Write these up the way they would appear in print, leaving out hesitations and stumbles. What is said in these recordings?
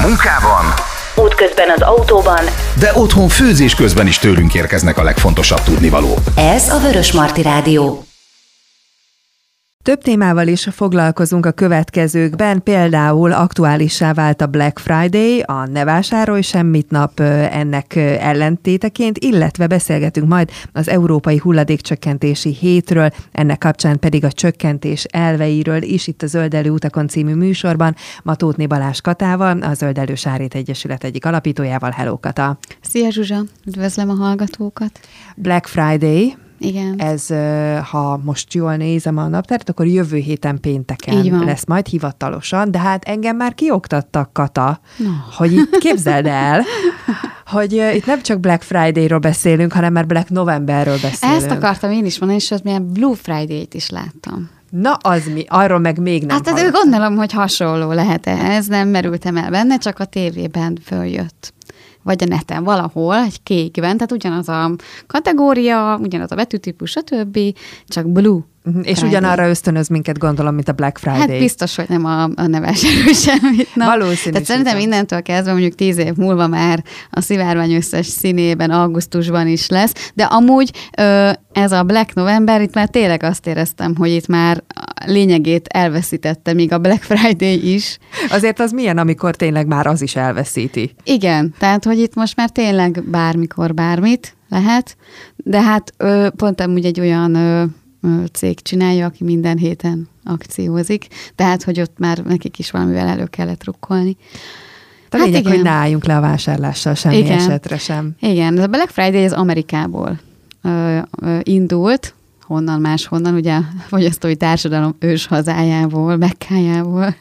munkában, útközben az autóban, de otthon főzés közben is tőlünk érkeznek a legfontosabb tudnivalók. Ez a Vörösmarty Rádió. Több témával is foglalkozunk a következőkben, például aktuálissá vált a Black Friday, a Ne vásárolj semmit nap ennek ellentéteként, illetve beszélgetünk majd az Európai Hulladékcsökkentési Hétről, ennek kapcsán pedig a csökkentés elveiről is itt a Zöldelő utakon című műsorban, ma Tóthné Balázs Katával, a Zöldelő Sárét Egyesület egyik alapítójával. Hello, Kata! Szia Zsuzsa! Üdvözlöm a hallgatókat! Black Friday. Igen. Ez, ha most jól nézem a naptárat, akkor jövő héten pénteken lesz majd hivatalosan, de hát engem már kioktattak, Kata, hogy itt képzeld el, hogy itt nem csak Black Friday-ról beszélünk, hanem már Black Novemberről beszélünk. Ezt akartam én is mondani, és ott milyen Blue Friday-t is láttam. Na, az mi? Arról meg még nem hallottam. Hát gondolom, hogy hasonló lehet ez, nem merültem el benne, csak a tévében följött. Vagy a neten valahol, egy kékben, tehát ugyanaz a kategória, ugyanaz a betűtípus, stb., csak Blue. És Friday. Ugyanarra ösztönöz minket, gondolom, mint a Black Friday. Hát biztos, hogy nem a Ne vásárolj semmit. Valószínű. Tehát szerintem innentől kezdve mondjuk 10 év múlva már a szivárvány összes színében, augusztusban is lesz, de amúgy ez a Black November, itt már tényleg azt éreztem, hogy itt már lényegét elveszítette még a Black Friday is. Azért az milyen, amikor tényleg már az is elveszíti? Igen, tehát hogy itt most már tényleg bármikor bármit lehet, de hát pont amúgy egy olyan cég csinálja, aki minden héten akciózik, tehát, hogy ott már nekik is valamivel elő kellett rukkolni. A lényeg, hogy ne álljunk le a vásárlással semmi esetre sem. Igen, a Black Friday az Amerikából indult, honnan máshonnan, ugye a fogyasztói társadalom ős hazájából, Mekkájából,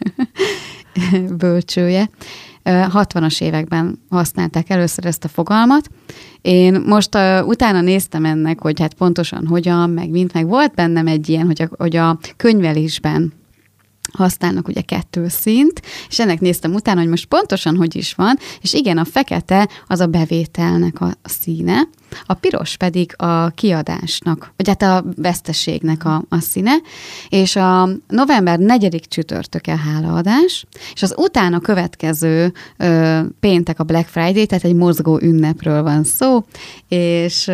bölcsője. 60-as években használták először ezt a fogalmat. Én most utána néztem ennek, hogy hát pontosan hogyan, meg volt bennem egy ilyen, hogy a könyvelésben használnak ugye 2 szint, és ennek néztem utána, hogy most pontosan hogy is van, és igen, a fekete az a bevételnek a színe, a piros pedig a kiadásnak, vagy hát a veszteségnek a színe, és a november 4. csütörtöke hálaadás, és az utána következő péntek a Black Friday, tehát egy mozgó ünnepről van szó, és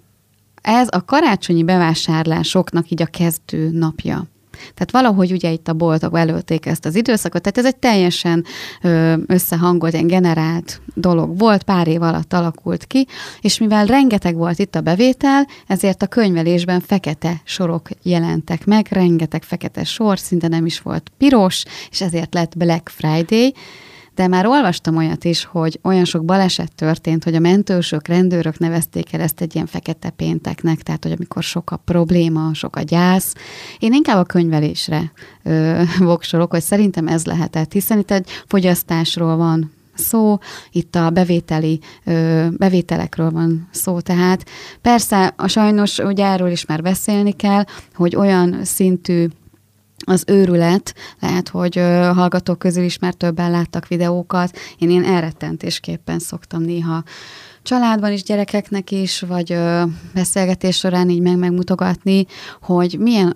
ez a karácsonyi bevásárlásoknak így a kezdő napja. Tehát valahogy ugye itt a boltok előtték ezt az időszakot, tehát ez egy teljesen összehangolt, ilyen generált dolog volt, pár év alatt alakult ki, és mivel rengeteg volt itt a bevétel, ezért a könyvelésben fekete sorok jelentek meg, rengeteg fekete sor, szinte nem is volt piros, és ezért lett Black Friday. De már olvastam olyat is, hogy olyan sok baleset történt, hogy a mentősök, rendőrök nevezték el ezt egy ilyen fekete pénteknek, tehát hogy amikor sok a probléma, sok a gyász. Én inkább a könyvelésre voksolok, hogy szerintem ez lehetett, hiszen itt egy fogyasztásról van szó, itt a bevételekről van szó, tehát persze sajnos ugye erről is már beszélni kell, hogy olyan szintű az őrület, lehet, hogy hallgatók közül is már többen láttak videókat. Én ilyen elrettentésképpen szoktam néha családban is, gyerekeknek is, vagy beszélgetés során így megmutogatni, hogy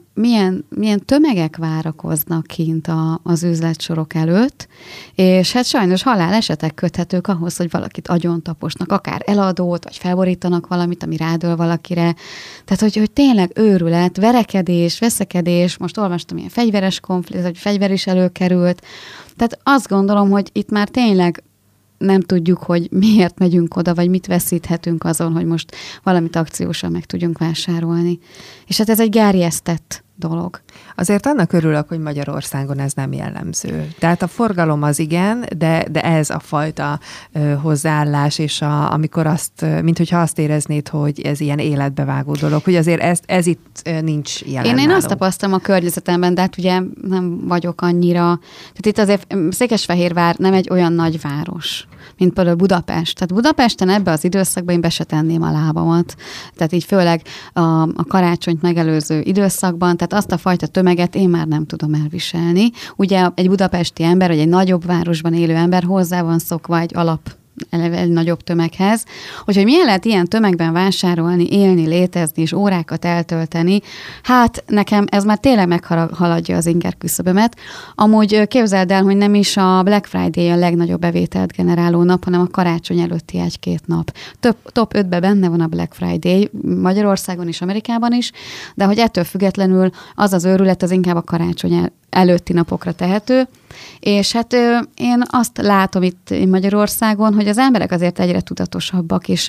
milyen tömegek várakoznak kint az üzletsorok előtt, és hát sajnos halálesetek köthetők ahhoz, hogy valakit agyontaposnak, akár eladót, vagy felborítanak valamit, ami rádől valakire. Tehát, hogy tényleg őrület, verekedés, veszekedés, most olvastam ilyen fegyveres konfliktus, vagy fegyver is előkerült. Tehát azt gondolom, hogy itt már tényleg nem tudjuk, hogy miért megyünk oda, vagy mit veszíthetünk azon, hogy most valamit akciósan meg tudjunk vásárolni. És hát ez egy gerjesztett dolog. Azért annak örülök, hogy Magyarországon ez nem jellemző. Tehát a forgalom az igen, de ez a fajta hozzáállás, és amikor minthogyha azt éreznéd, hogy ez ilyen életbevágó dolog, hogy azért ez itt nincs jelen. Én azt tapasztalom a környezetemben, de hát ugye nem vagyok annyira. Tehát itt azért Székesfehérvár nem egy olyan nagy város, mint például Budapest. Tehát Budapesten ebbe az időszakban én be se tenném a lábamat. Tehát így főleg a karácsonyt megelőző időszakban, tehát azt a fajta tömeget én már nem tudom elviselni. Ugye egy budapesti ember, vagy egy nagyobb városban élő ember hozzá van szokva egy alap eleve egy nagyobb tömeghez. Úgyhogy milyen lehet ilyen tömegben vásárolni, élni, létezni és órákat eltölteni, hát nekem ez már tényleg meghaladja az inger küszöbömet. Amúgy képzeld el, hogy nem is a Black Friday a legnagyobb bevételt generáló nap, hanem a karácsony előtti 1-2 nap. Top 5-ben benne van a Black Friday, Magyarországon is, Amerikában is, de hogy ettől függetlenül az őrület az inkább a karácsony előtti napokra tehető, és hát én azt látom itt Magyarországon, hogy az emberek azért egyre tudatosabbak, és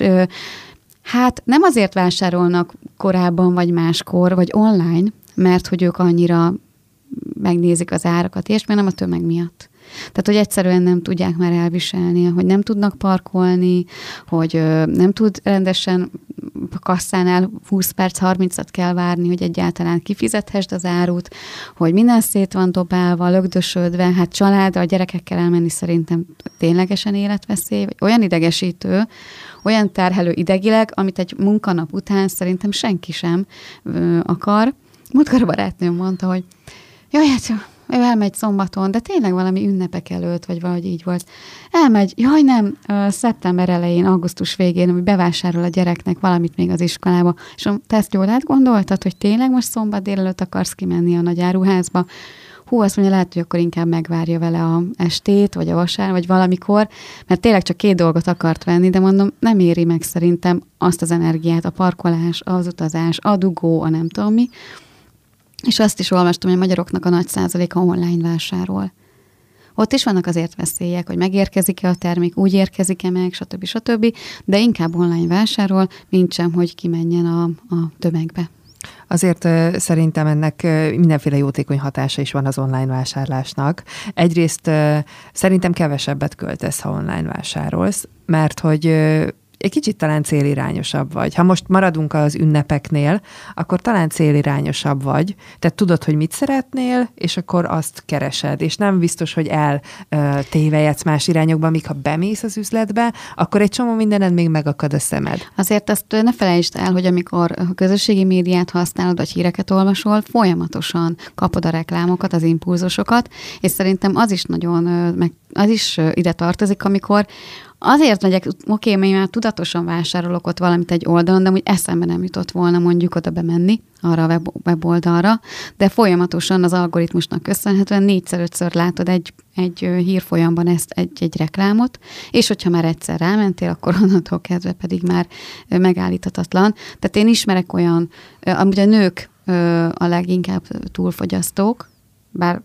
hát nem azért vásárolnak korábban, vagy máskor, vagy online, mert hogy ők annyira megnézik az árakat, és nem a tömeg miatt. Tehát, hogy egyszerűen nem tudják már elviselni, hogy nem tudnak parkolni, hogy nem tud rendesen kasszánál 20 perc, 30-at kell várni, hogy egyáltalán kifizethessd az árut, hogy minden szét van dobálva, lögdösödve, hát családdal, a gyerekekkel elmenni szerintem ténylegesen életveszély, vagy olyan idegesítő, olyan terhelő idegileg, amit egy munkanap után szerintem senki sem akar. Múltkor a barátnőm mondta, hogy jaj, hát ő elmegy szombaton, de tényleg valami ünnepek előtt, vagy valahogy így volt. Elmegy, jaj nem, szeptember elején, augusztus végén, hogy bevásárol a gyereknek valamit még az iskolába, és te ezt jól átgondoltad, hogy tényleg most szombat délelőtt akarsz kimenni a nagy áruházba? Hú, azt mondja, lehet, hogy akkor inkább megvárja vele a estét, vagy a vasár, vagy valamikor, mert tényleg csak 2 dolgot akart venni, de mondom, nem éri meg szerintem azt az energiát, a parkolás, az utazás, a dugó, a nem tudom mi. És azt is olvastam, hogy a magyaroknak a nagy százaléka online vásárol. Ott is vannak azért veszélyek, hogy megérkezik-e a termék, úgy érkezik-e meg, stb. De inkább online vásárol, mint sem, hogy kimenjen a tömegbe. Azért szerintem ennek mindenféle jótékony hatása is van az online vásárlásnak. Egyrészt szerintem kevesebbet költesz, ha online vásárolsz, mert hogy egy kicsit talán célirányosabb vagy. Ha most maradunk az ünnepeknél, akkor talán célirányosabb vagy. Tehát tudod, hogy mit szeretnél, és akkor azt keresed. És nem biztos, hogy eltévejedsz más irányokba, míg ha bemész az üzletbe, akkor egy csomó mindened még megakad a szemed. Azért azt ne felejtsd el, hogy amikor a közösségi médiát használod, vagy híreket olvasol, folyamatosan kapod a reklámokat, az impulzusokat, és szerintem az is az is ide tartozik, amikor azért megyek, én már tudatosan vásárolok ott valamit egy oldalon, de úgy eszembe nem jutott volna mondjuk oda bemenni, arra a weboldalra, de folyamatosan az algoritmusnak köszönhetően 4-5-ször látod egy hírfolyamban ezt egy reklámot, és hogyha már egyszer rámentél, akkor onnantól kezdve pedig már megállíthatatlan. Tehát én ismerek olyan, amúgy a nők a leginkább túlfogyasztók, bár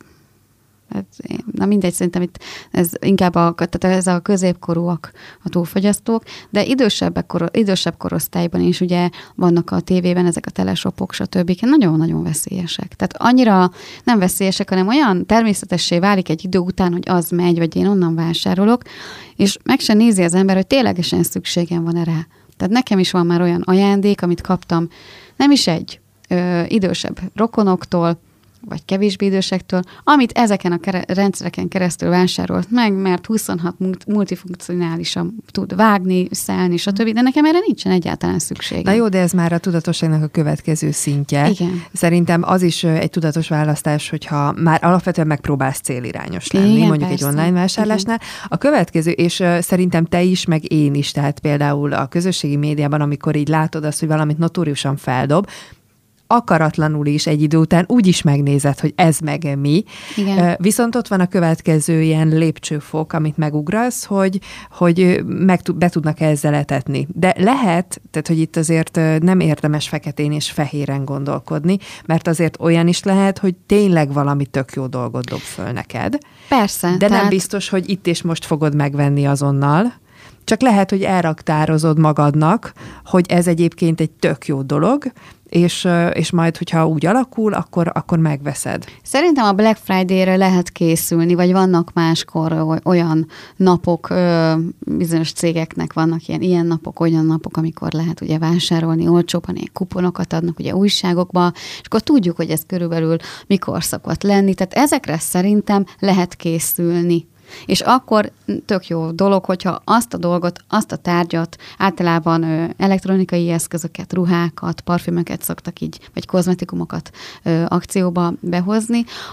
na mindegy, szerintem itt ez inkább tehát ez a középkorúak a túlfogyasztók, de idősebb korosztályban is ugye vannak a tévében ezek a teleshopok, stb. Nagyon-nagyon veszélyesek. Tehát annyira nem veszélyesek, hanem olyan természetessé válik egy idő után, hogy az megy, vagy én onnan vásárolok, és meg sem nézi az ember, hogy ténylegesen szükségem van rá. Tehát nekem is van már olyan ajándék, amit kaptam, nem is idősebb rokonoktól, vagy kevésbé idősektől, amit ezeken a rendszereken keresztül vásárolt meg, mert 26 multifunkcionálisan tud vágni, szelni, stb., de nekem erre nincsen egyáltalán szükségem. Na jó, de ez már a tudatosságnak a következő szintje. Igen. Szerintem az is egy tudatos választás, hogyha már alapvetően megpróbálsz célirányos lenni, igen, mondjuk persze. Egy online vásárlásnál. Igen. A következő, és szerintem te is, meg én is, tehát például a közösségi médiában, amikor így látod azt, hogy valamit notóriusan feldob, akaratlanul is egy idő után úgy is megnézed, hogy ez meg mi. Igen. Viszont ott van a következő ilyen lépcsőfok, amit megugrasz, hogy be tudnak ezzel etetni. De lehet, tehát hogy itt azért nem érdemes feketén és fehéren gondolkodni, mert azért olyan is lehet, hogy tényleg valami tök jó dolgot dob föl neked. Persze. De nem biztos, hogy itt és most fogod megvenni azonnal. Csak lehet, hogy elraktározod magadnak, hogy ez egyébként egy tök jó dolog, és majd, hogyha úgy alakul, akkor megveszed. Szerintem a Black Friday-re lehet készülni, vagy vannak máskor olyan napok, bizonyos cégeknek vannak ilyen napok, olyan napok, amikor lehet ugye vásárolni olcsóban, ilyen kuponokat adnak ugye újságokba, és akkor tudjuk, hogy ez körülbelül mikor szokott lenni, tehát ezekre szerintem lehet készülni. És akkor tök jó dolog, hogyha azt a dolgot, azt a tárgyat, általában elektronikai eszközöket, ruhákat, parfümöket szoktak így, vagy kozmetikumokat akcióba behozni,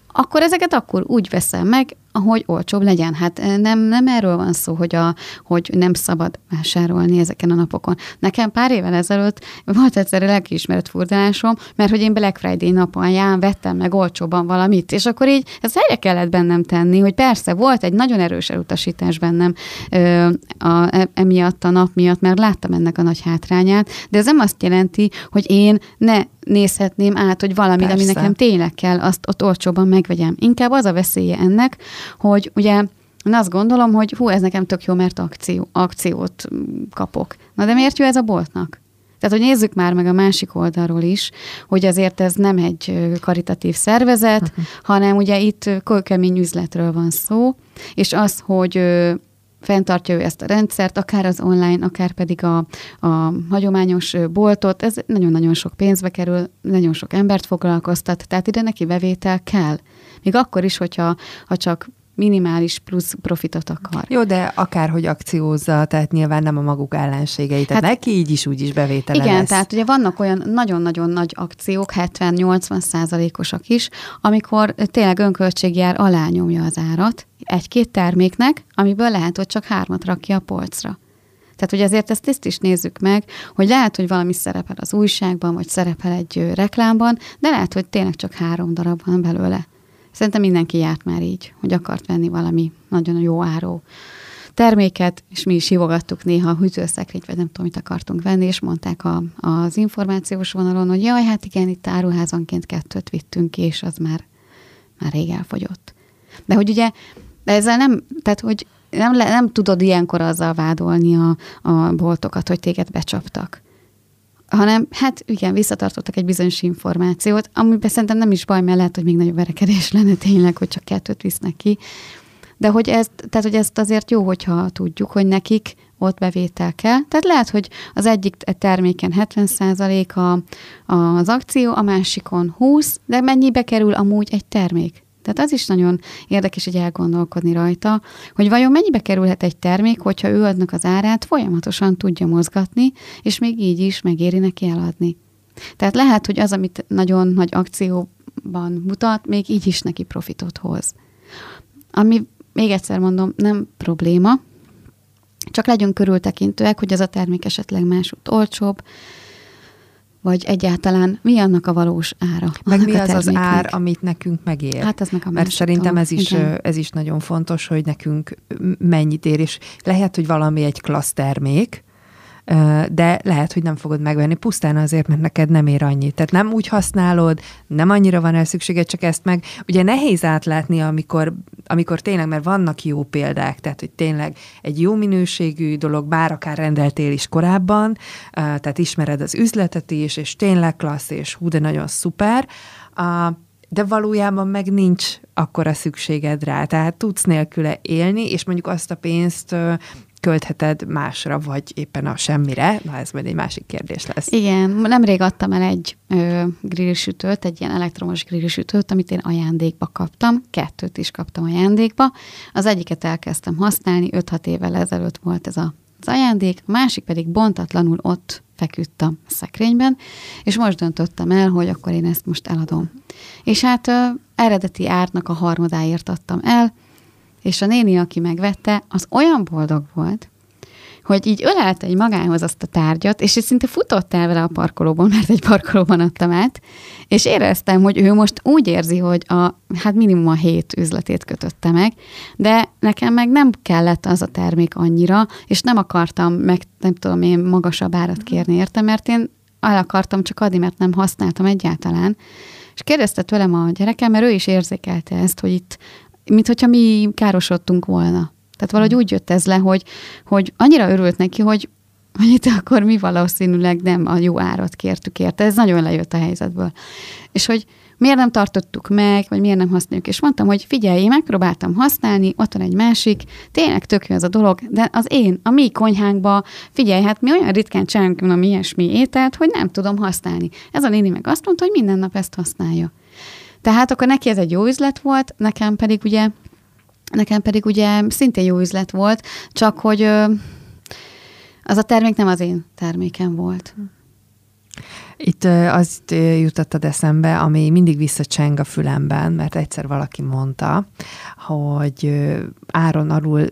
akkor ezeket akkor úgy veszem meg, ahogy olcsóbb legyen. Hát nem erről van szó, hogy nem szabad vásárolni ezeken a napokon. Nekem pár évvel ezelőtt volt egyszer lelkiismeret furdalásom, mert hogy én Black Friday napolján vettem meg olcsóban valamit, és akkor így ezt helyre kellett bennem tenni, hogy persze volt egy nagyon erős elutasítás bennem emiatt a nap miatt, mert láttam ennek a nagy hátrányát, de ez nem azt jelenti, hogy én ne nézhetném át, hogy valamit, ami nekem tényleg kell, azt ott olcsóban megvegyem. Inkább az a veszélye ennek, hogy ugye én azt gondolom, hogy ez nekem tök jó, mert akciót kapok. Na de miért jó ez a boltnak? Tehát, hogy nézzük már meg a másik oldalról is, hogy azért ez nem egy karitatív szervezet, hanem ugye itt kőkemény üzletről van szó, és az, hogy fenntartja ő ezt a rendszert, akár az online, akár pedig a hagyományos boltot, ez nagyon-nagyon sok pénzbe kerül, nagyon sok embert foglalkoztat, tehát ide neki bevétel kell. Még akkor is, hogyha csak minimális plusz profitot akar. Jó, de akárhogy akciózza, tehát nyilván nem a maguk ellenségei, tehát neki így is úgy is bevétele igen, lesz. Tehát ugye vannak olyan nagyon-nagyon nagy akciók, 70-80%-osak is, amikor tényleg önköltségjár alá nyomja az árat egy-két terméknek, amiből lehet, hogy csak 3 rak ki a polcra. Tehát, hogy ezért ezt is nézzük meg, hogy lehet, hogy valami szerepel az újságban, vagy szerepel egy reklámban, de lehet, hogy tényleg csak 3 darab van belőle. Szerintem mindenki járt már így, hogy akart venni valami nagyon jó áró terméket, és mi is hívogattuk néha a hűtőszekrényt, vagy nem tudom, mit akartunk venni, és mondták az információs vonalon, hogy jaj, hát igen, itt áruházanként 2 vittünk ki, és az már rég elfogyott. De hogy ugye, ezzel nem, tehát hogy nem tudod ilyenkor azzal vádolni a boltokat, hogy téged becsaptak. Hanem, hát igen, visszatartottak egy bizonyos információt, amiben szerintem nem is baj, mert lehet, hogy még nagyobb verekedés lenne tényleg, hogy csak 2 visznek ki. De hogy ezt azért jó, hogyha tudjuk, hogy nekik ott bevétel kell. Tehát lehet, hogy az egyik terméken 70% az akció, a másikon 20%, de mennyibe kerül amúgy egy termék? Tehát az is nagyon érdekes, hogy elgondolkodni rajta, hogy vajon mennyibe kerülhet egy termék, hogyha ő adnak az árát, folyamatosan tudja mozgatni, és még így is megéri neki eladni. Tehát lehet, hogy az, amit nagyon nagy akcióban mutat, még így is neki profitot hoz. Ami, még egyszer mondom, nem probléma, csak legyünk körültekintőek, hogy ez a termék esetleg másút olcsóbb, vagy egyáltalán mi annak a valós ára? Meg mi az ár, amit nekünk megér? Hát ez meg a mert szerintem ez is nagyon fontos, hogy nekünk mennyit ér, és lehet, hogy valami egy klassz termék, de lehet, hogy nem fogod megvenni pusztán azért, mert neked nem ér annyit. Tehát nem úgy használod, nem annyira van el szükséged, csak ezt meg ugye nehéz átlátni, amikor tényleg, mert vannak jó példák, tehát hogy tényleg egy jó minőségű dolog, bár akár rendeltél is korábban, tehát ismered az üzletet is, és tényleg klassz, és de nagyon szuper, de valójában meg nincs akkora szükséged rá. Tehát tudsz nélküle élni, és mondjuk azt a pénzt költheted másra, vagy éppen a semmire. Na, ez majd egy másik kérdés lesz. Igen, nemrég adtam el egy grillsütőt, egy ilyen elektromos grillsütőt, amit én ajándékba kaptam. 2 is kaptam ajándékba. Az egyiket elkezdtem használni, 5-6 évvel ezelőtt volt ez az ajándék, a másik pedig bontatlanul ott feküdt a szekrényben, és most döntöttem el, hogy akkor én ezt most eladom. És hát eredeti árnak a 3-áért adtam el, és a néni, aki megvette, az olyan boldog volt, hogy így ölelte egy magához azt a tárgyat, és szinte futott el vele a parkolóban, mert egy parkolóban adtam át, és éreztem, hogy ő most úgy érzi, hogy hát minimum a 7 üzletét kötötte meg, de nekem meg nem kellett az a termék annyira, és nem akartam meg, nem tudom én, magasabb árat kérni érte, mert én el akartam csak adni, mert nem használtam egyáltalán. És kérdezte tőlem a gyerekem, mert ő is érzékelte ezt, hogy itt mint hogyha mi károsodtunk volna. Tehát valahogy úgy jött ez le, hogy annyira örült neki, hogy itt akkor mi valószínűleg nem a jó árat kértük érte. Ez nagyon lejött a helyzetből. És hogy miért nem tartottuk meg, vagy miért nem használjuk. És mondtam, hogy figyelj, én megpróbáltam használni, ott van egy másik, tényleg tök jó ez a dolog, de a mi konyhánkba, figyelj, hát mi olyan ritkán csinálunk valami ilyesmi ételt, hogy nem tudom használni. Ez a néni meg azt mondta, hogy minden nap ezt használja. Tehát akkor neki ez egy jó üzlet volt, nekem pedig ugye szintén jó üzlet volt, csak hogy az a termék nem az én termékem volt. Itt azt jutottad eszembe, ami mindig visszacseng a fülemben, mert egyszer valaki mondta, hogy áron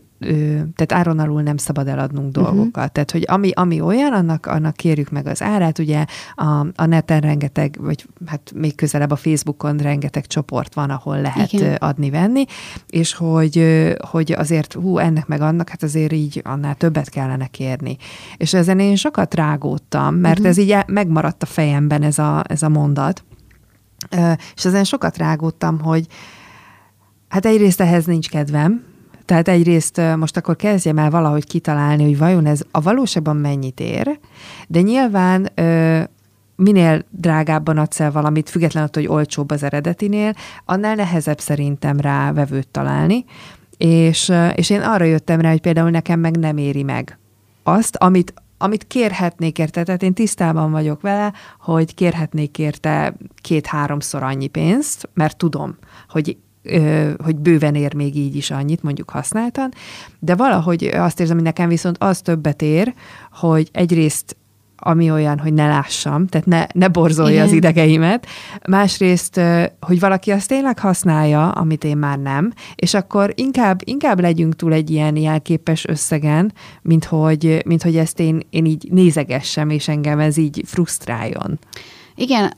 alul nem szabad eladnunk dolgokat. Tehát, hogy ami olyan, annak kérjük meg az árát. Ugye a neten rengeteg, vagy hát még közelebb a Facebookon rengeteg csoport van, ahol lehet adni-venni, és hogy azért ennek meg annak, hát azért így annál többet kellene kérni. És ezen én sokat rágódtam, mert ez így megmaradt a fejemben ez a mondat. És ezen sokat rágódtam, hogy hát egyrészt ehhez nincs kedvem, tehát egyrészt most akkor kezdjem el valahogy kitalálni, hogy vajon ez a valóságban mennyit ér, de nyilván minél drágábban adsz el valamit, függetlenül attól, hogy olcsóbb az eredetinél, annál nehezebb szerintem rá vevőt találni, és én arra jöttem rá, hogy például nekem meg nem éri meg azt, amit kérhetnék érte, tehát én tisztában vagyok vele, hogy kérhetnék érte 2-3-szor annyi pénzt, mert tudom, hogy bőven ér még így is annyit, mondjuk használtan, de valahogy azt érzem, hogy nekem viszont az többet ér, hogy egyrészt ami olyan, hogy ne lássam, tehát ne borzolja az idegeimet, másrészt, hogy valaki azt tényleg használja, amit én már nem, és akkor inkább legyünk túl egy ilyen jelképes összegen, mint hogy ezt én így nézegessem, és engem ez így frusztráljon. Igen,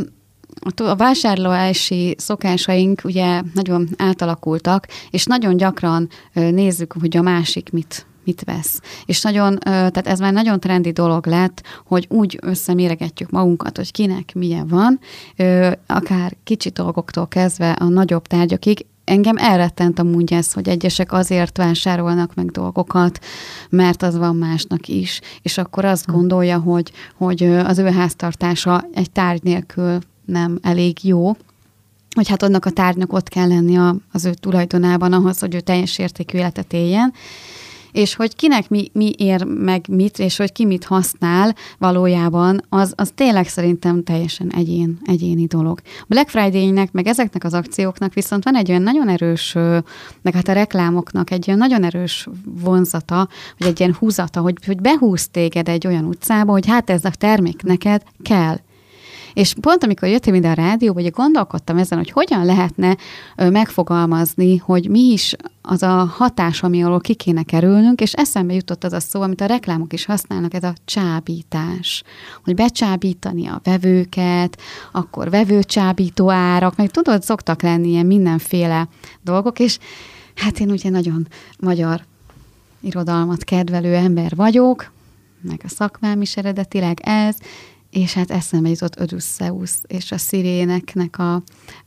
a vásárlási szokásaink ugye nagyon átalakultak, és nagyon gyakran nézzük, hogy a másik mit vesz. És tehát ez már nagyon trendi dolog lett, hogy úgy összeméregetjük magunkat, hogy kinek milyen van, akár kicsi dolgoktól kezdve a nagyobb tárgyakig. Engem elrettent amúgy ez, hogy egyesek azért vásárolnak meg dolgokat, mert az van másnak is, és akkor azt gondolja, hogy az ő háztartása egy tárgy nélkül nem elég jó, hogy hát annak a tárgynak ott kell lenni az ő tulajdonában ahhoz, hogy ő teljes értékű életet éljen, és hogy kinek mi ér meg mit, és hogy ki mit használ valójában, az tényleg szerintem teljesen egyéni dolog. Black Friday-nek, meg ezeknek az akcióknak viszont van egy olyan nagyon erős, meg hát a reklámoknak egy olyan nagyon erős vonzata, vagy egy ilyen húzata, hogy behúz téged egy olyan utcába, hogy hát ez a termék neked kell. És pont amikor jöttem ide a rádióba, hogy gondolkodtam ezen, hogy hogyan lehetne megfogalmazni, hogy mi is az a hatás, ami alól ki kéne kerülnünk, és eszembe jutott az a szó, amit a reklámok is használnak, ez a csábítás. Hogy becsábítani a vevőket, akkor vevőcsábító árak, meg tudod, szoktak lenni ilyen mindenféle dolgok, és hát én ugye nagyon magyar irodalmat kedvelő ember vagyok, meg a szakmám is eredetileg ez, és hát eszembe jutott Odysseus és a sziréneknek a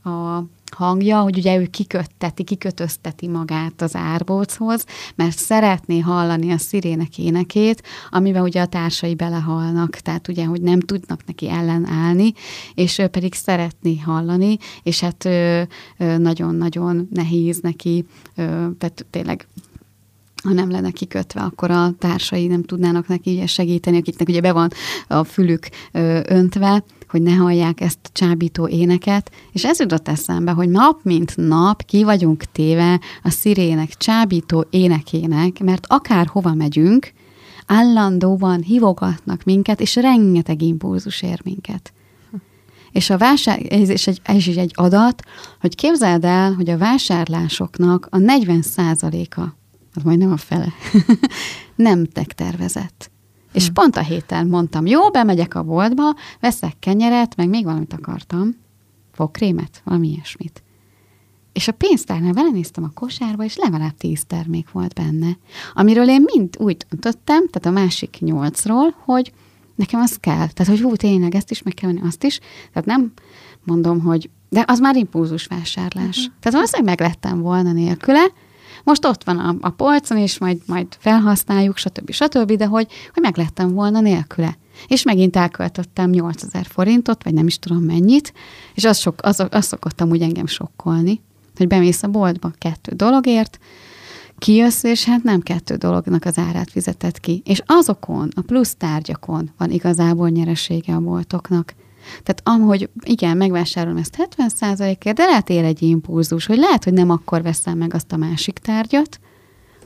hangja, hogy ugye ő kikötözteti magát az árbóchoz, mert szeretné hallani a szirének énekét, amiben ugye a társai belehalnak, tehát ugye, hogy nem tudnak neki ellenállni, és ő pedig szeretné hallani, és hát nagyon-nagyon nehéz neki, tehát tényleg ha nem lenne kikötve, akkor a társai nem tudnának neki segíteni, akiknek ugye be van a fülük öntve, hogy ne hallják ezt a csábító éneket, és ez jutott eszembe, hogy nap mint nap ki vagyunk téve a szirének csábító énekének, mert akárhova megyünk, állandóan hívogatnak minket, és rengeteg impulzus ér minket. És ez is egy adat, hogy képzeld el, hogy a vásárlásoknak a 40%-a, az majdnem a fele, nem tervezett. És pont a héten mondtam, jó, bemegyek a boltba, veszek kenyeret, meg még valamit akartam, fogkrémet, valami ilyesmit. És a pénztárnál belenéztem a kosárba, és legalább 10 termék volt benne. Amiről én mind úgy döntöttem, tehát a másik 8-ról, hogy nekem az kell. Tehát, hogy hú, tényleg ezt is meg kell venni, azt is. Tehát nem mondom, hogy... De az már impulzus vásárlás. Tehát valószínűleg meglettem volna nélküle. Most ott van a polcon, és majd felhasználjuk, stb., de hogy meglettem volna nélküle. És megint elköltöttem 8000 forintot, vagy nem is tudom mennyit, és az szokottam úgy engem sokkolni, hogy bemész a boltba 2 dologért, kijössz, és hát nem 2 dolognak az árát fizetett ki. És azokon, a plusz tárgyakon van igazából nyeresége a boltoknak. Tehát ahogy igen, megvásárolom ezt 70%-ért, de lehet ér egy impulzus, hogy lehet, hogy nem akkor veszem meg azt a másik tárgyat,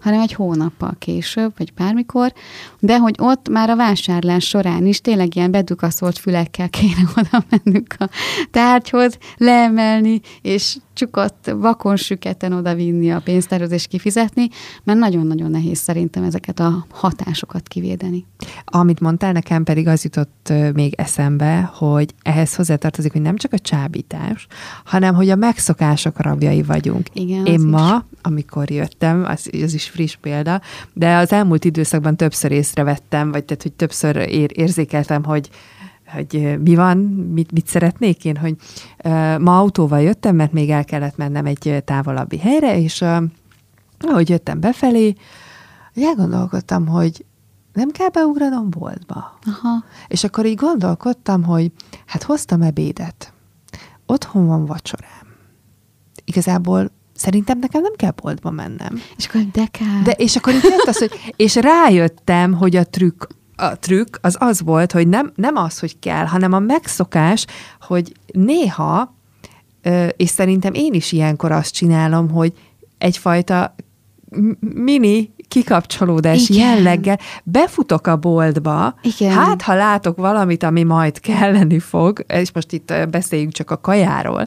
hanem egy hónappal később, vagy bármikor, de hogy ott már a vásárlás során is tényleg ilyen bedukaszolt fülekkel kéne oda mennünk a tárgyhoz, leemelni, és csukott, vakon süketen oda vinni a pénztárhoz és kifizetni, mert nagyon-nagyon nehéz szerintem ezeket a hatásokat kivédeni. Amit mondtál, nekem pedig az jutott még eszembe, hogy ehhez hozzátartozik, hogy nem csak a csábítás, hanem hogy a megszokások rabjai vagyunk. Igen, én ma, amikor jöttem, az is friss példa, de az elmúlt időszakban többször észrevettem, vagy tehát, hogy többször érzékeltem, hogy mi van, mit szeretnék én, hogy ma autóval jöttem, mert még el kellett mennem egy távolabbi helyre, és ahogy jöttem befelé, elgondolkodtam, hogy nem kell beugranom boltba. Aha. És akkor így gondolkodtam, hogy hát hoztam ebédet, otthon van vacsorám. Igazából szerintem nekem nem kell boltba mennem. És akkor de kell. És akkor itt jött az, hogy, és rájöttem, hogy a trükk az volt, hogy nem az, hogy kell, hanem a megszokás, hogy néha, és szerintem én is ilyenkor azt csinálom, hogy egyfajta mini kikapcsolódás jelleggel befutok a boltba, igen. Hát ha látok valamit, ami majd kelleni fog, és most itt beszéljünk csak a kajáról,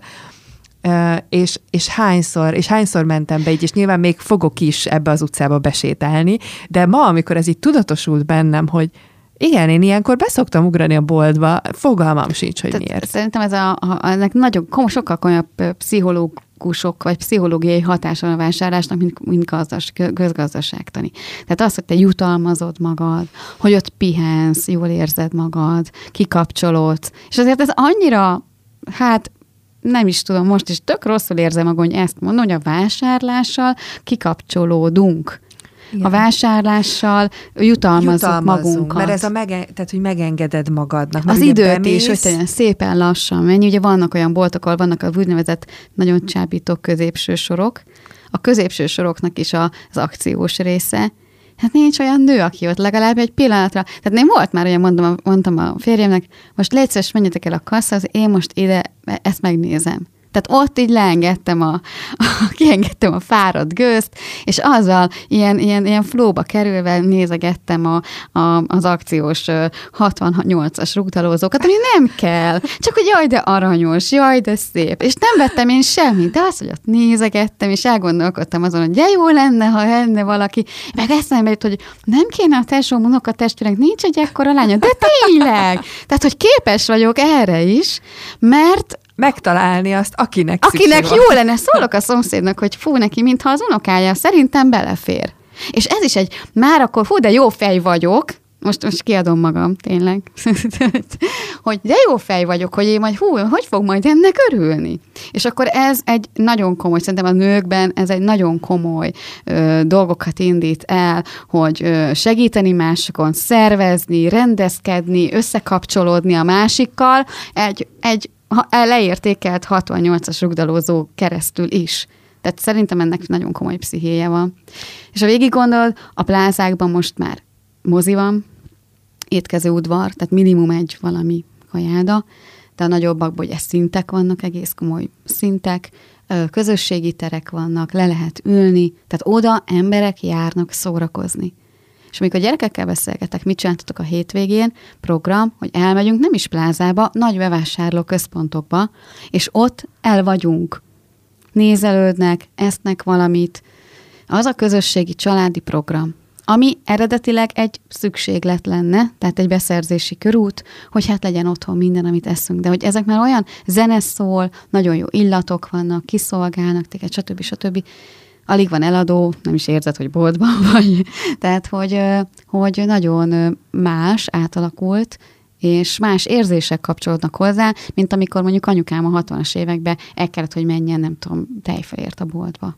és hányszor mentem be így, és nyilván még fogok is ebbe az utcába besétálni, de ma, amikor ez így tudatosult bennem, hogy igen, én ilyenkor beszoktam ugrani a boltba, fogalmam sincs, hogy miért. Szerintem ez ennek nagyon sokkal komolyabb pszichológusok, vagy pszichológiai hatása a vásárlásnak, mint közgazdaságtani. Tehát az, hogy te jutalmazod magad, hogy ott pihensz, jól érzed magad, kikapcsolódsz, és azért ez annyira, nem is tudom, most is tök rosszul érzem magam, hogy ezt mondom, hogy a vásárlással kikapcsolódunk. Igen. A vásárlással jutalmazzuk magunkat. Mert ez tehát, hogy megengeded magadnak. Az időt is, hogy te szépen lassan menj. Ugye vannak olyan boltok, ahol vannak az úgynevezett nagyon csábító középső sorok. A középső soroknak is az akciós része. Hát nincs olyan nő, aki ott legalább egy pillanatra. Tehát nem volt már olyan, mondtam a férjemnek, most légy szíves, menjetek el a kasszához, én most ide ezt megnézem. Tehát ott így kiengedtem a fáradt gőzt, és azzal ilyen flowba kerülve nézegettem az akciós 68-as rugdalózókat, ami nem kell. Csak hogy jaj, de aranyos, jaj, de szép. És nem vettem én semmit, de azt, hogy ott nézegettem, és elgondolkodtam azon, hogy de jó lenne, ha lenne valaki. Meg eszembe jut, hogy nem kéne a tesóm unokatestvérnek, nincs egy ekkora lánya, de tényleg. Tehát, hogy képes vagyok erre is, mert megtalálni azt, akinek jó lenne. Szólok a szomszédnak, hogy fú, neki, mintha az unokája szerintem belefér. És ez is már akkor, de jó fej vagyok, most kiadom magam, tényleg, hogy de jó fej vagyok, hogy én majd, hogy fog majd ennek örülni? És akkor ez egy nagyon komoly, szerintem a nőkben ez egy nagyon komoly dolgokat indít el, hogy segíteni másokon, szervezni, rendezkedni, összekapcsolódni a másikkal, egy leértékelt 68-as rugdalózó keresztül is. Tehát szerintem ennek nagyon komoly pszichéje van. És ha végig gondolod, a plázákban most már mozi van, étkezőudvar, tehát minimum egy valami kajáda, de a nagyobbakban ugye szintek vannak, egész komoly szintek, közösségi terek vannak, le lehet ülni, tehát oda emberek járnak szórakozni. És amikor gyerekekkel beszélgetek, mit csináltatok a hétvégén, program, hogy elmegyünk nem is plázába, nagy bevásárló központokba, és ott el vagyunk. Nézelődnek, esznek valamit. Az a közösségi családi program, ami eredetileg egy szükséglet lenne, tehát egy beszerzési körút, hogy hát legyen otthon minden, amit eszünk. De hogy ezek már olyan zene szól, nagyon jó illatok vannak, kiszolgálnak téged, stb. Alig van eladó, nem is érzed, hogy boltban vagy. Tehát, hogy nagyon más átalakult, és más érzések kapcsolódnak hozzá, mint amikor mondjuk anyukám a 60-as években el kellett, hogy menjen, nem tudom, tejfejért a boltba.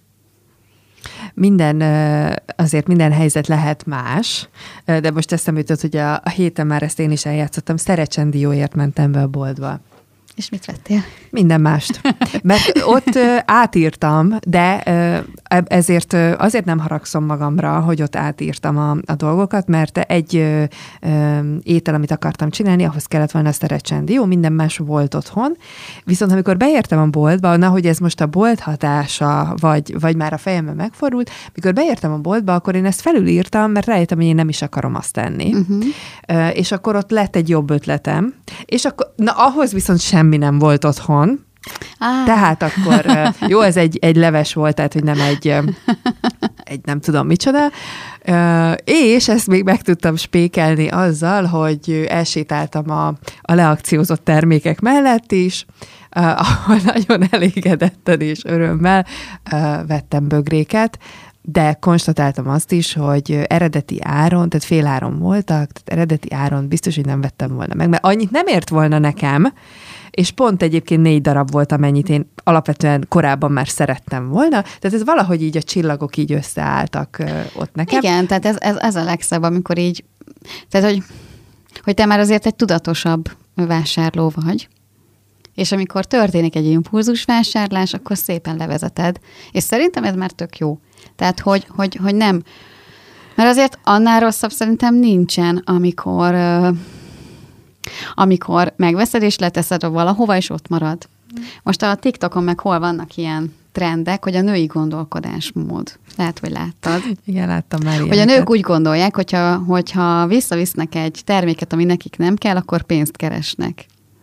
Azért minden helyzet lehet más, de most eszembe jutott, hogy a héten már ezt én is eljátszottam, Szerecsen dióért mentem be a boltba. És mit vettél? Minden mást. Mert ott átírtam, de ezért azért nem haragszom magamra, hogy ott átírtam a dolgokat, mert egy étel, amit akartam csinálni, ahhoz kellett volna azt a recsendi. Jó, minden más volt otthon. Viszont amikor beértem a boltba, na, hogy ez most a bolt hatása, vagy már a fejemben megfordult, mikor beértem a boltba, akkor én ezt felülírtam, mert rájöttem, hogy én nem is akarom azt tenni. És akkor ott lett egy jobb ötletem. És akkor, na, ahhoz viszont semmi nem volt otthon. Tehát akkor, jó, ez egy leves volt, tehát, hogy nem egy nem tudom micsoda, és ezt még meg tudtam spékelni azzal, hogy elsétáltam a leakciózott termékek mellett is, ahol nagyon elégedetten és örömmel vettem bögréket, de konstatáltam azt is, hogy eredeti áron, tehát féláron voltak, tehát eredeti áron biztos, hogy nem vettem volna meg, mert annyit nem ért volna nekem, és pont egyébként 4 darab volt, amennyit én alapvetően korábban már szerettem volna, tehát ez valahogy így a csillagok így összeálltak ott nekem. Igen, tehát ez a legszebb, amikor így, tehát hogy te már azért egy tudatosabb vásárló vagy, és amikor történik egy impulzusvásárlás, akkor szépen levezeted. És szerintem ez már tök jó. Tehát, hogy nem. Mert azért annál rosszabb szerintem nincsen, amikor megveszed és leteszed valahova, és ott marad. Most a TikTokon meg hol vannak ilyen trendek, hogy a női gondolkodásmód. Lehet, hogy láttad. Igen, láttam már ilyeneket. Hogy a nők úgy gondolják, hogyha visszavisznek egy terméket, ami nekik nem kell, akkor pénzt keresnek.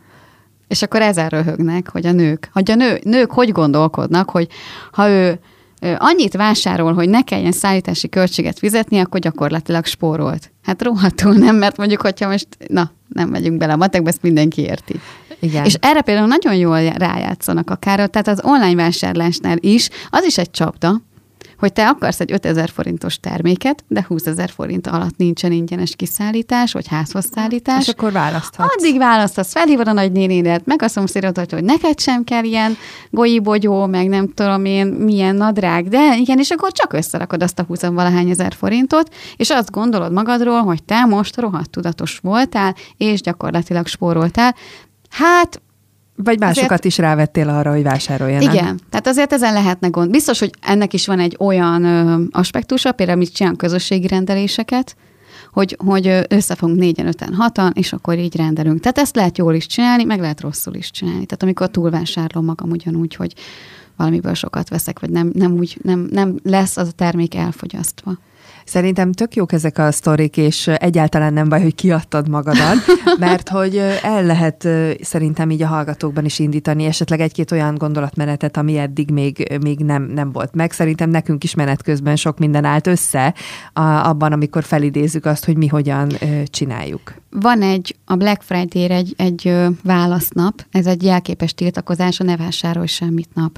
És akkor ezen röhögnek, hogy a nők hogy gondolkodnak, hogy ha ő annyit vásárol, hogy ne kelljen szállítási költséget fizetni, akkor gyakorlatilag spórolt. Hát rohadtul nem, mert mondjuk, hogyha most, nem megyünk bele a matekba, ezt mindenki érti. Igen. És erre például nagyon jól rájátszanak akár, tehát az online vásárlásnál is, az is egy csapda, hogy te akarsz egy 5000 forintos terméket, de 20 000 forint alatt nincsen ingyenes kiszállítás, vagy házhoz szállítás. És akkor választhatsz. Addig választasz, felhívod a nagynénédet, meg a szomszédodat, hogy neked sem kell ilyen golyibogyó, meg nem tudom én, milyen nadrág, de igen, és akkor csak összerakod azt a 20-valahány ezer forintot, és azt gondolod magadról, hogy te most rohadt tudatos voltál, és gyakorlatilag spóroltál. Hát, vagy másokat azért is rávettél arra, hogy vásároljanak. Igen, tehát azért ezen lehetne gond. Biztos, hogy ennek is van egy olyan aspektusa, például mit csinálunk közösségi rendeléseket, hogy összefogunk 4-en, 5-en, 6-an, és akkor így rendelünk. Tehát ezt lehet jól is csinálni, meg lehet rosszul is csinálni. Tehát amikor túlvásárlom magam ugyanúgy, hogy valamiből sokat veszek, vagy nem lesz az a termék elfogyasztva. Szerintem tök jók ezek a sztorik, és egyáltalán nem baj, hogy kiadtad magadat, mert hogy el lehet szerintem így a hallgatókban is indítani esetleg egy-két olyan gondolatmenetet, ami eddig még nem volt meg. Szerintem nekünk is menet közben sok minden állt össze abban, amikor felidézzük azt, hogy mi hogyan csináljuk. Van a Black Friday-re egy válasznap, ez egy jelképes tiltakozás, a ne vásárolj semmit nap.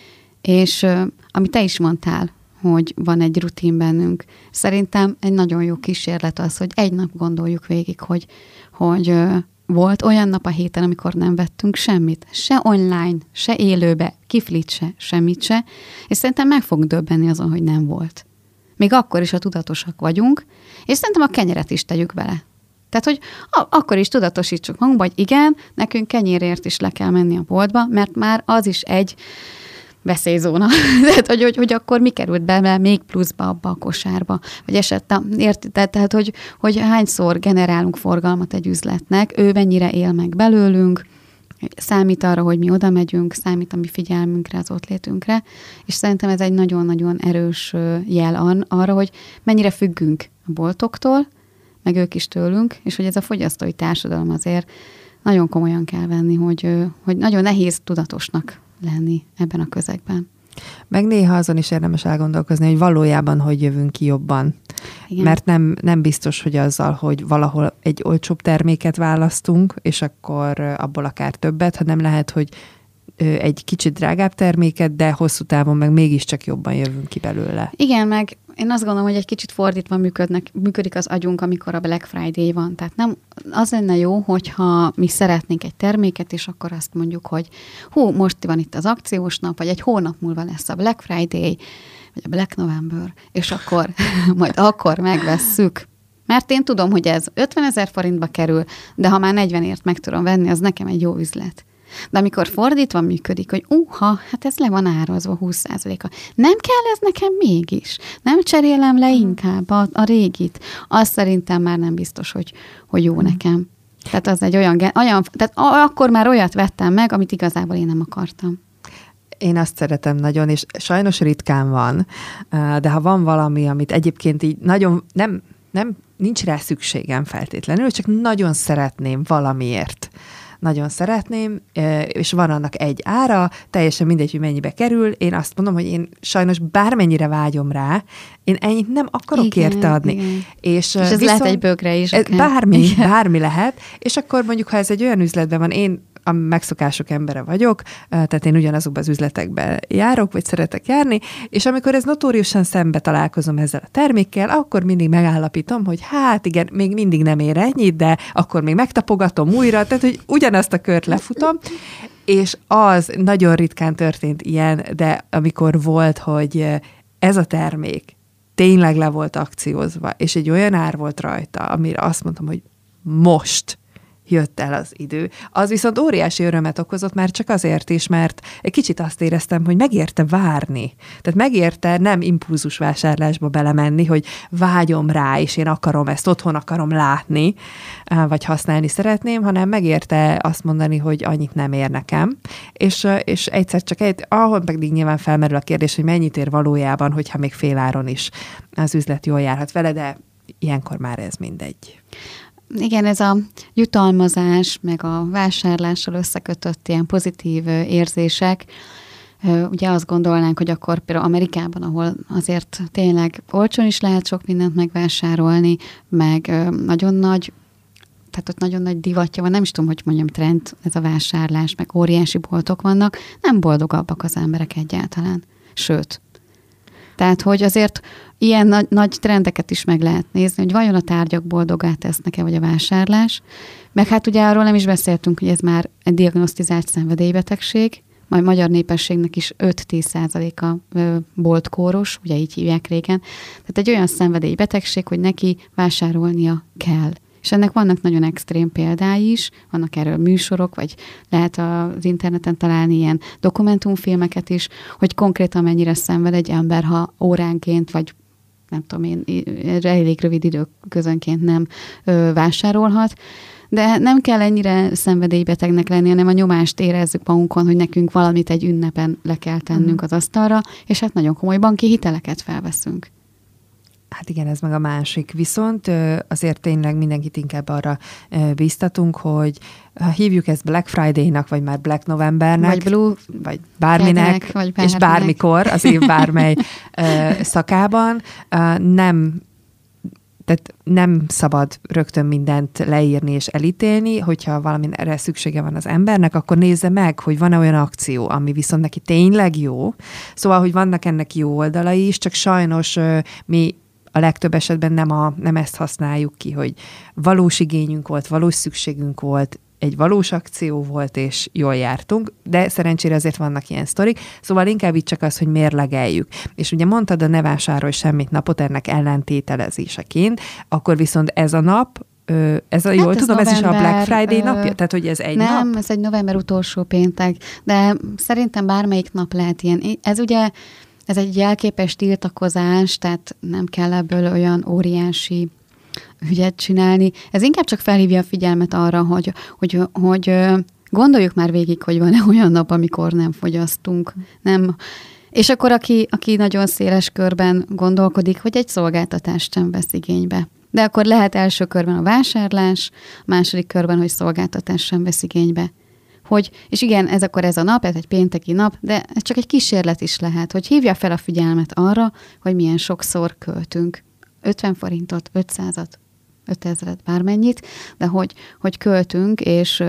És amit te is mondtál, hogy van egy rutin bennünk. Szerintem egy nagyon jó kísérlet az, hogy egy nap gondoljuk végig, hogy volt olyan nap a héten, amikor nem vettünk semmit, se online, se élőbe, kiflit se, semmit se, és szerintem meg fog döbbenni azon, hogy nem volt. Még akkor is, ha tudatosak vagyunk, és szerintem a kenyeret is tegyük bele. Tehát, hogy akkor is tudatosítsuk magunkba, hogy igen, nekünk kenyérért is le kell menni a boltba, mert már az is egy veszélyzóna. Tehát, hogy akkor mi került bele még pluszba abba a kosárba? Vagy érted? Tehát, hogy hányszor generálunk forgalmat egy üzletnek, ő mennyire él meg belőlünk, számít arra, hogy mi oda megyünk, számít a mi figyelmünkre, az ott létünkre, és szerintem ez egy nagyon-nagyon erős jel arra, hogy mennyire függünk a boltoktól, meg ők is tőlünk, és hogy ez a fogyasztói társadalom azért nagyon komolyan kell venni, hogy nagyon nehéz tudatosnak lenni ebben a közegben. Meg néha azon is érdemes elgondolkozni, hogy valójában hogy jövünk ki jobban. Igen. Mert nem biztos, hogy azzal, hogy valahol egy olcsóbb terméket választunk, és akkor abból akár többet, hanem lehet, hogy egy kicsit drágább terméket, de hosszú távon meg mégiscsak jobban jövünk ki belőle. Igen, meg én azt gondolom, hogy egy kicsit fordítva működik az agyunk, amikor a Black Friday van. Tehát nem az lenne jó, hogyha mi szeretnénk egy terméket, és akkor azt mondjuk, hogy most van itt az akciós nap, vagy egy hónap múlva lesz a Black Friday, vagy a Black November, és akkor majd akkor megvesszük. Mert én tudom, hogy ez 50 000 forintba kerül, de ha már 40-ért meg tudom venni, az nekem egy jó üzlet. De amikor fordítva működik, hogy hát ez le van árazva 20%-a. Nem kell ez nekem mégis? Nem cserélem le inkább a régit? Az szerintem már nem biztos, hogy jó nekem. Tehát az egy olyan tehát akkor már olyat vettem meg, amit igazából én nem akartam. Én azt szeretem nagyon, és sajnos ritkán van, de ha van valami, amit egyébként így nagyon nincs rá szükségem feltétlenül, csak nagyon szeretném valamiért. Nagyon szeretném, és van annak egy ára, teljesen mindegy, hogy mennyibe kerül. Én azt mondom, hogy én sajnos bármennyire vágyom rá, én ennyit nem akarok érte adni. Igen. És ez viszont, lehet egy bögre is. Bármi lehet, és akkor mondjuk, ha ez egy olyan üzletben van, én a megszokások embere vagyok, tehát én ugyanazokban az üzletekben járok, vagy szeretek járni, és amikor ez notóriusan szembe találkozom ezzel a termékkel, akkor mindig megállapítom, hogy hát igen, még mindig nem ér ennyit, de akkor még megtapogatom újra, tehát hogy ugyanazt a kört lefutom, és az nagyon ritkán történt ilyen, de amikor volt, hogy ez a termék tényleg le volt akciózva, és egy olyan ár volt rajta, amire azt mondtam, hogy most jött el az idő. Az viszont óriási örömet okozott már csak azért is, mert egy kicsit azt éreztem, hogy megérte várni. Tehát megérte nem impulzus vásárlásba belemenni, hogy vágyom rá, és én akarom ezt, otthon akarom látni, vagy használni szeretném, hanem megérte azt mondani, hogy annyit nem ér nekem. És egyszer csak ahol pedig nyilván felmerül a kérdés, hogy mennyit ér valójában, hogyha még féláron is az üzlet jól járhat vele, de ilyenkor már ez mindegy. Igen, ez a jutalmazás, meg a vásárlással összekötött ilyen pozitív érzések. Ugye azt gondolnánk, hogy akkor például Amerikában, ahol azért tényleg olcsón is lehet sok mindent megvásárolni, meg nagyon nagy, tehát ott nagyon nagy divatja van, nem is tudom, hogy mondjam, trend ez a vásárlás, meg óriási boltok vannak, nem boldogabbak az emberek egyáltalán. Sőt. Tehát, hogy azért ilyen nagy trendeket is meg lehet nézni, hogy vajon a tárgyak boldogá tesznek-e, vagy a vásárlás. Meg hát ugye arról nem is beszéltünk, hogy ez már egy diagnosztizált szenvedélybetegség, majd magyar népességnek is 5-10%-a boltkóros, ugye így hívják régen. Tehát egy olyan szenvedélybetegség, hogy neki vásárolnia kell. És ennek vannak nagyon extrém példái is, vannak erről műsorok, vagy lehet az interneten találni ilyen dokumentumfilmeket is, hogy konkrétan mennyire szenved egy ember, ha óránként, vagy nem tudom én, elég rövid időközönként nem vásárolhat. De nem kell ennyire szenvedélybetegnek lenni, hanem a nyomást érezzük magunkon, hogy nekünk valamit egy ünnepen le kell tennünk az asztalra, és hát nagyon komoly banki hiteleket felveszünk. Hát igen, ez meg a másik. Viszont azért tényleg mindenkit inkább arra bíztatunk, hogy hívjuk ezt Black Friday-nak, vagy már Black Novembernek, vagy Blue, vagy bárminek, vagy és bármikor, az év bármely szakában tehát nem szabad rögtön mindent leírni és elítélni, hogyha valamire szüksége van az embernek, akkor nézze meg, hogy van-e olyan akció, ami viszont neki tényleg jó. Szóval, hogy vannak ennek jó oldalai is, csak sajnos mi a legtöbb esetben nem ezt használjuk ki, hogy valós igényünk volt, valós szükségünk volt, egy valós akció volt, és jól jártunk, de szerencsére azért vannak ilyen sztorik, szóval inkább itt csak az, hogy mérlegeljük. És ugye mondtad a ne vásárolj semmit napot ennek ellentételezéseként, akkor viszont ez a nap, jól tudom, ez is a Black Friday napja? Tehát, hogy ez egy nap? Nem, ez egy november utolsó péntek, de szerintem bármelyik nap lehet ilyen. Ez egy jelképes tiltakozás, tehát nem kell ebből olyan óriási ügyet csinálni. Ez inkább csak felhívja a figyelmet arra, hogy gondoljuk már végig, hogy van-e olyan nap, amikor nem fogyasztunk. Nem. És akkor aki nagyon széles körben gondolkodik, hogy egy szolgáltatást sem vesz igénybe. De akkor lehet első körben a vásárlás, második körben, hogy szolgáltatást sem vesz igénybe. És igen, ez a nap, ez egy pénteki nap, de ez csak egy kísérlet is lehet, hogy hívja fel a figyelmet arra, hogy milyen sokszor költünk 50 forintot, 500-at, 5000-et, bármennyit, de hogy költünk, és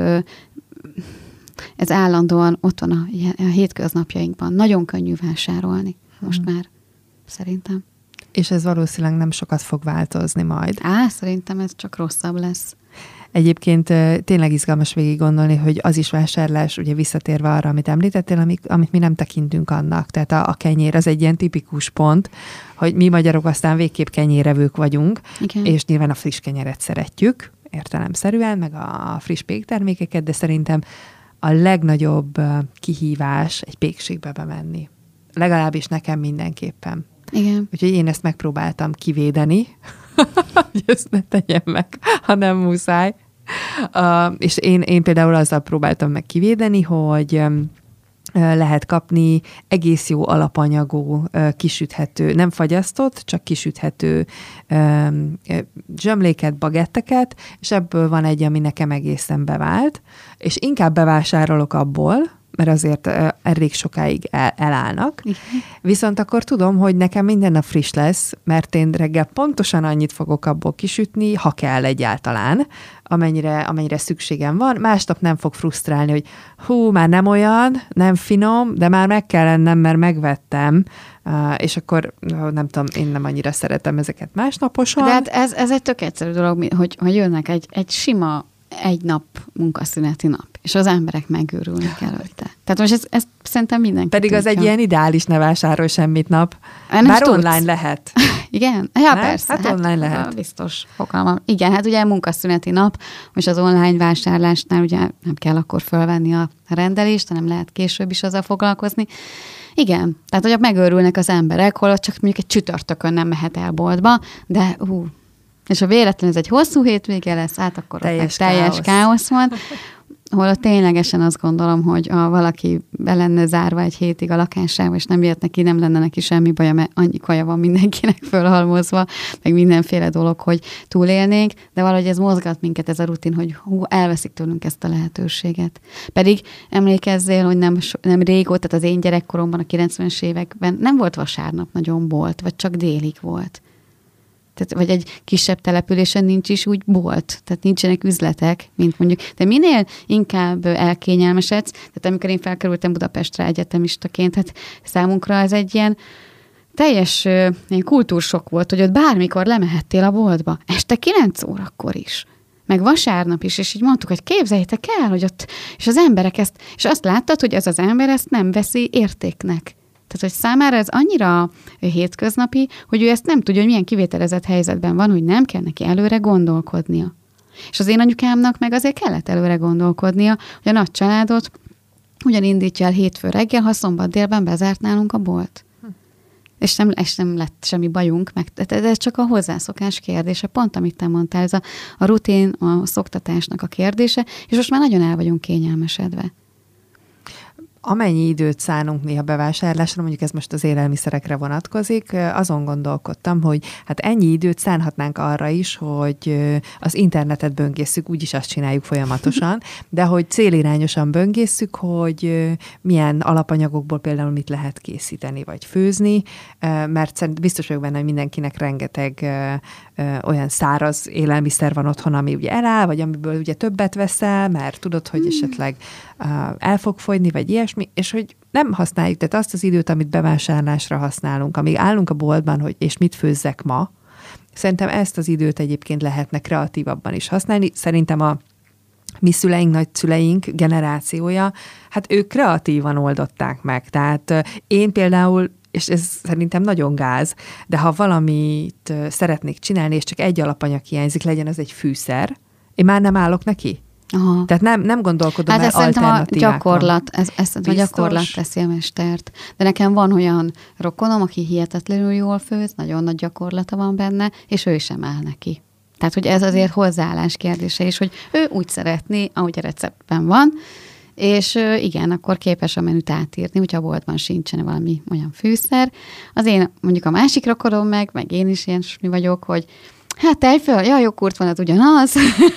ez állandóan ott van a hétköznapjainkban. Nagyon könnyű vásárolni most már, szerintem. És ez valószínűleg nem sokat fog változni majd. Szerintem ez csak rosszabb lesz. Egyébként tényleg izgalmas végig gondolni, hogy az is vásárlás, ugye visszatérve arra, amit említettél, amit mi nem tekintünk annak. Tehát a kenyér az egy ilyen tipikus pont, hogy mi magyarok aztán végképp kenyérevők vagyunk, igen. És nyilván a friss kenyeret szeretjük, értelemszerűen, meg a friss péktermékeket, de szerintem a legnagyobb kihívás egy pékségbe bemenni. Legalábbis nekem mindenképpen. Igen. Úgyhogy én ezt megpróbáltam kivédeni, hogy ezt ne tegyem meg, ha nem muszáj. És én például azzal próbáltam meg kivédeni, hogy lehet kapni egész jó alapanyagú, kisüthető, nem fagyasztott, csak kisüthető zsömléket, bagetteket, és ebből van egy, ami nekem egészen bevált, és inkább bevásárolok abból, mert azért elég sokáig elállnak. Viszont akkor tudom, hogy nekem minden nap friss lesz, mert én reggel pontosan annyit fogok abból kisütni, ha kell egyáltalán, amennyire szükségem van. Másnap nem fog frusztrálni, hogy már nem olyan, nem finom, de már meg kell lennem, mert megvettem, és akkor nem tudom, én nem annyira szeretem ezeket másnaposan. De hát ez egy tök egyszerű dolog, hogy jönnek egy sima egy nap munkaszüneti nap, és az emberek megőrülnek előtte. Tehát most ezt szerintem mindenki pedig tudja. az egy ilyen ideális ne vásárolj semmit nap. Nem bár tudsz. online lehet. Igen? Ja, nem? persze. Hát online lehet. Biztos fogalmam. Igen, hát ugye munkaszüneti nap, most az online vásárlásnál ugye nem kell akkor fölvenni a rendelést, hanem lehet később is azzal foglalkozni. Igen, tehát hogy megőrülnek az emberek, holott csak mondjuk egy csütörtökön nem mehet el boltba, de és ha véletlenül ez egy hosszú hétvége lesz, hát akkor teljes káosz van. Holott ténylegesen azt gondolom, hogy ha valaki be lenne zárva egy hétig a lakásába, és nem jött neki, nem lenne neki semmi baja, mert annyi kaja van mindenkinek fölhalmozva, meg mindenféle dolog, hogy túlélnénk, de valahogy ez mozgat minket, ez a rutin, hogy elveszik tőlünk ezt a lehetőséget. Pedig emlékezzél, hogy nem régóta, tehát az én gyerekkoromban, a 90-es években nem volt vasárnap nagyon bolt, vagy csak délig volt. Tehát, vagy egy kisebb településen nincs is úgy bolt, tehát nincsenek üzletek, mint mondjuk. De minél inkább elkényelmesedsz, tehát amikor én felkerültem Budapestre egyetemistaként, hát számunkra ez egy ilyen teljes ilyen kultúrsok volt, hogy ott bármikor lemehettél a boltba, este 9 órakor is, meg vasárnap is, és így mondtuk, hogy képzeljétek el, hogy ott, és az emberek ezt, és azt láttad, hogy ez az ember ezt nem veszi értéknek. Tehát, hogy számára ez annyira hétköznapi, hogy ő ezt nem tudja, hogy milyen kivételezett helyzetben van, hogy nem kell neki előre gondolkodnia. És az én anyukámnak meg azért kellett előre gondolkodnia, hogy a nagy családot ugyan indítja el hétfő reggel, ha szombat délben bezárt nálunk a bolt. És nem lett semmi bajunk, meg, de ez csak a hozzászokás kérdése, pont amit te mondtál, ez a rutin, a szoktatásnak a kérdése, és most már nagyon el vagyunk kényelmesedve. Amennyi időt szánunk néha bevásárlásra, mondjuk ez most az élelmiszerekre vonatkozik, azon gondolkodtam, hogy hát ennyi időt szánhatnánk arra is, hogy az internetet böngészük, úgyis azt csináljuk folyamatosan, de hogy célirányosan böngészük, hogy milyen alapanyagokból például mit lehet készíteni, vagy főzni, mert biztos vagyok benne, hogy mindenkinek rengeteg olyan száraz élelmiszer van otthon, ami ugye eláll, vagy amiből ugye többet veszel, mert tudod, hogy esetleg el fog fogyni, vagy ilyesmi, és hogy nem használjuk, tehát azt az időt, amit bevásárlásra használunk, amíg állunk a boltban, hogy és mit főzzek ma, szerintem ezt az időt egyébként lehetne kreatívabban is használni. Szerintem a mi szüleink, nagyszüleink generációja, hát ők kreatívan oldották meg. Tehát én például, és ez szerintem nagyon gáz, de ha valamit szeretnék csinálni, és csak egy alapanyag hiányzik, legyen az egy fűszer, én már nem állok neki. Aha. Tehát nem gondolkodom el alternatívákon. Hát ez szerintem a gyakorlat teszi a mestert. De nekem van olyan rokonom, aki hihetetlenül jól főz, nagyon nagy gyakorlata van benne, és ő sem áll neki. Tehát, hogy ez azért hozzáállás kérdése is, hogy ő úgy szeretné, ahogy a receptben van, és igen, akkor képes a menüt átírni, hogyha a boltban sincsen valami olyan fűszer. Az én, mondjuk a másik rokonom meg én is ilyen vagyok, hogy hát tejföl, jogurt van, az ugyanaz.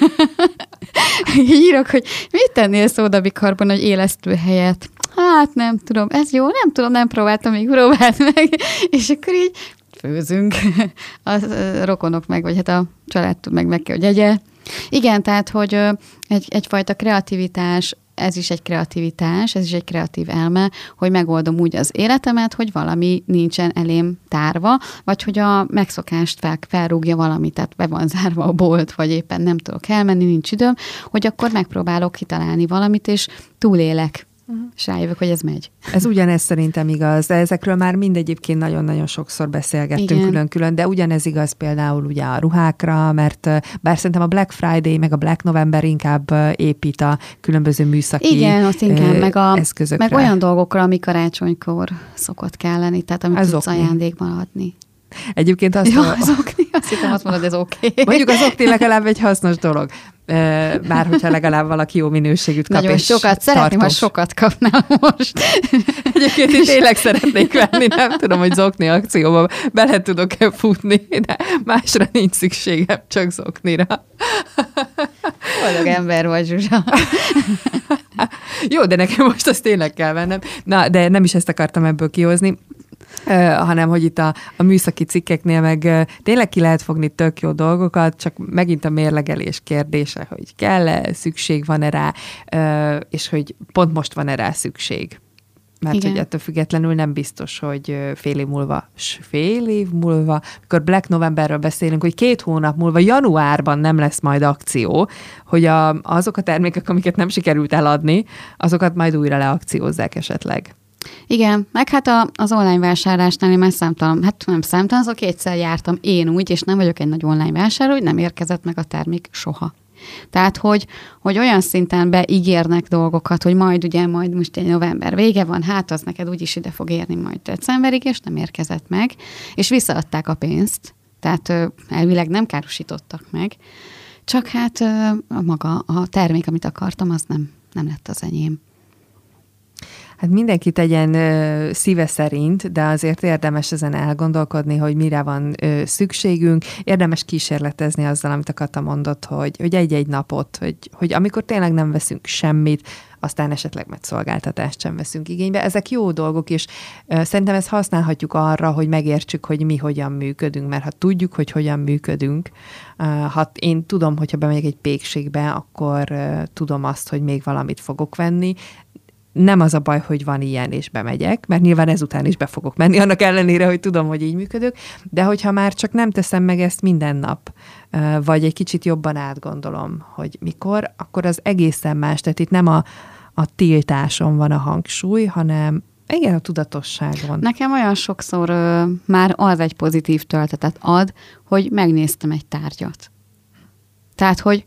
Írok, hogy mit tennél szódabikarbon, hogy élesztő helyett? Hát nem tudom, ez jó, nem tudom, nem próbáltam, még próbáld meg. És akkor így főzünk. A rokonok meg, vagy hát a család meg kell, hogy egye. Igen, tehát, hogy egyfajta kreativitás, ez is egy kreativitás, ez is egy kreatív elme, hogy megoldom úgy az életemet, hogy valami nincsen elém tárva, vagy hogy a megszokást felrúgja valami, tehát be van zárva a bolt, vagy éppen nem tudok elmenni, nincs időm, hogy akkor megpróbálok kitalálni valamit, és túlélek és rájövök, hogy ez megy. Ez ugyanez szerintem igaz, de ezekről már mindegyébként nagyon-nagyon sokszor beszélgettünk külön-külön, de ugyanez igaz például ugye a ruhákra, mert bár szerintem a Black Friday meg a Black November inkább épít a különböző műszaki igen, ott inkább, eszközökre. Meg olyan dolgokra, ami karácsonykor szokott kelleni, tehát amit tudsz ajándékban adni. Egyébként azt hittem, azt mondod, ez oké. Mondjuk az okni legalább egy hasznos dolog. Bár hogyha legalább valaki jó minőségűt kap. Nagyon sokat, szeretném, ha sokat kapnál most. Egyébként én tényleg szeretnék venni, nem tudom, hogy zokni akcióba bele tudok-e futni, de másra nincs szükségem, csak zoknira. Boldog ember vagy, Zsuzsa. Jó, de nekem most azt tényleg kell vennem. Na, de nem is ezt akartam ebből kihozni, hanem hogy itt a műszaki cikkeknél meg tényleg ki lehet fogni tök jó dolgokat, csak megint a mérlegelés kérdése, hogy kell-e, szükség van-e rá, és hogy pont most van-e rá szükség. Mert igen. Hogy ettől függetlenül nem biztos, hogy fél év múlva, amikor Black Novemberről beszélünk, hogy 2 hónap múlva, januárban nem lesz majd akció, hogy azok a termékek, amiket nem sikerült eladni, azokat majd újra leakciózzák esetleg. Igen, meg hát az online vásárlásnál én már számtalan, azok kétszer jártam én úgy, és nem vagyok egy nagy online vásárló, hogy nem érkezett meg a termék soha. Tehát, hogy olyan szinten beígérnek dolgokat, hogy majd most egy november vége van, hát az neked úgyis ide fog érni majd decemberig, és nem érkezett meg, és visszaadták a pénzt, tehát elvileg nem károsítottak meg, csak hát maga a termék, amit akartam, az nem lett az enyém. Hát mindenki tegyen szíve szerint, de azért érdemes ezen elgondolkodni, hogy mire van szükségünk. Érdemes kísérletezni azzal, amit a Kata mondott, hogy egy-egy napot, hogy amikor tényleg nem veszünk semmit, aztán esetleg szolgáltatást sem veszünk igénybe. Ezek jó dolgok, és szerintem ezt használhatjuk arra, hogy megértsük, hogy mi hogyan működünk, mert ha tudjuk, hogy hogyan működünk, ha én tudom, hogyha bemegyek egy pékségbe, akkor tudom azt, hogy még valamit fogok venni. Nem az a baj, hogy van ilyen, és bemegyek, mert nyilván ezután is be fogok menni, annak ellenére, hogy tudom, hogy így működök, de hogyha már csak nem teszem meg ezt minden nap, vagy egy kicsit jobban átgondolom, hogy mikor, akkor az egészen más. Tehát itt nem a tiltáson van a hangsúly, hanem igen, a tudatosságon. Nekem olyan sokszor már az egy pozitív töltetet ad, hogy megnéztem egy tárgyat. Tehát, hogy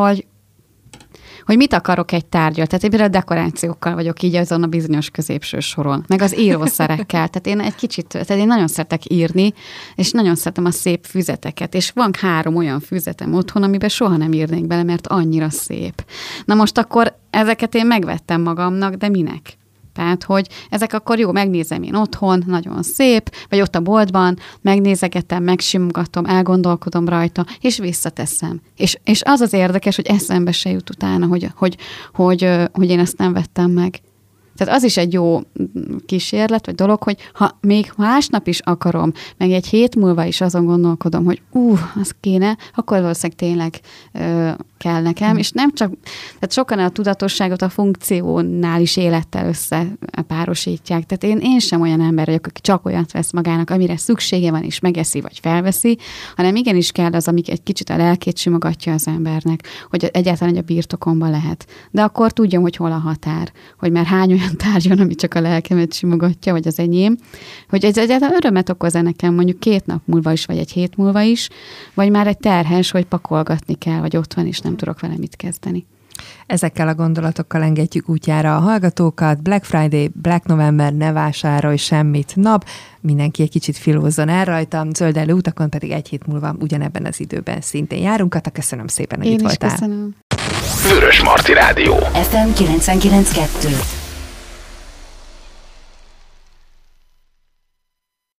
mit akarok egy tárgyal. Tehát én például dekorációkkal vagyok így azon a bizonyos középső soron, meg az írószerekkel. Tehát én nagyon szeretek írni, és nagyon szeretem a szép füzeteket, és van 3 olyan füzetem otthon, amiben soha nem írnék bele, mert annyira szép. Na most akkor ezeket én megvettem magamnak, de minek? Tehát, hogy ezek akkor jó, megnézem én otthon, nagyon szép, vagy ott a boltban, megnézegetem, megsimogatom, elgondolkodom rajta, és visszateszem. És az az érdekes, hogy eszembe se jut utána, hogy én ezt nem vettem meg. Tehát az is egy jó kísérlet, vagy dolog, hogy ha még másnap is akarom, meg egy hét múlva is azon gondolkodom, hogy az kéne, akkor valószínűleg tényleg kell nekem, és nem csak, tehát sokan a tudatosságot a funkciónál is élettel összepárosítják. Tehát én sem olyan ember vagyok, aki csak olyat vesz magának, amire szüksége van, és megeszi, vagy felveszi, hanem igenis kell az, amik egy kicsit a lelkét simogatja az embernek, hogy egyáltalán egy a birtokomban lehet. De akkor tudjam, hogy hol a határ, hogy már hány olyan tárgy van, ami csak a lelkemet simogatja, vagy az enyém, hogy ez egyáltalán örömet okoz-e nekem mondjuk 2 nap múlva is, vagy egy hét múlva is, vagy már egy terhes, hogy pakolgatni kell, vagy ott van, és nem tudok vele mit kezdeni. Ezekkel a gondolatokkal engedjük útjára a hallgatókat. Black Friday, Black November, ne vásárolj semmit nap. Mindenki egy kicsit filózzon el rajta. Zöldelő utakon pedig egy hét múlva ugyanebben az időben szintén járunk. Kata, köszönöm szépen, hogy itt voltál. Én is köszönöm. Vörösmarty Rádió. FM 99.2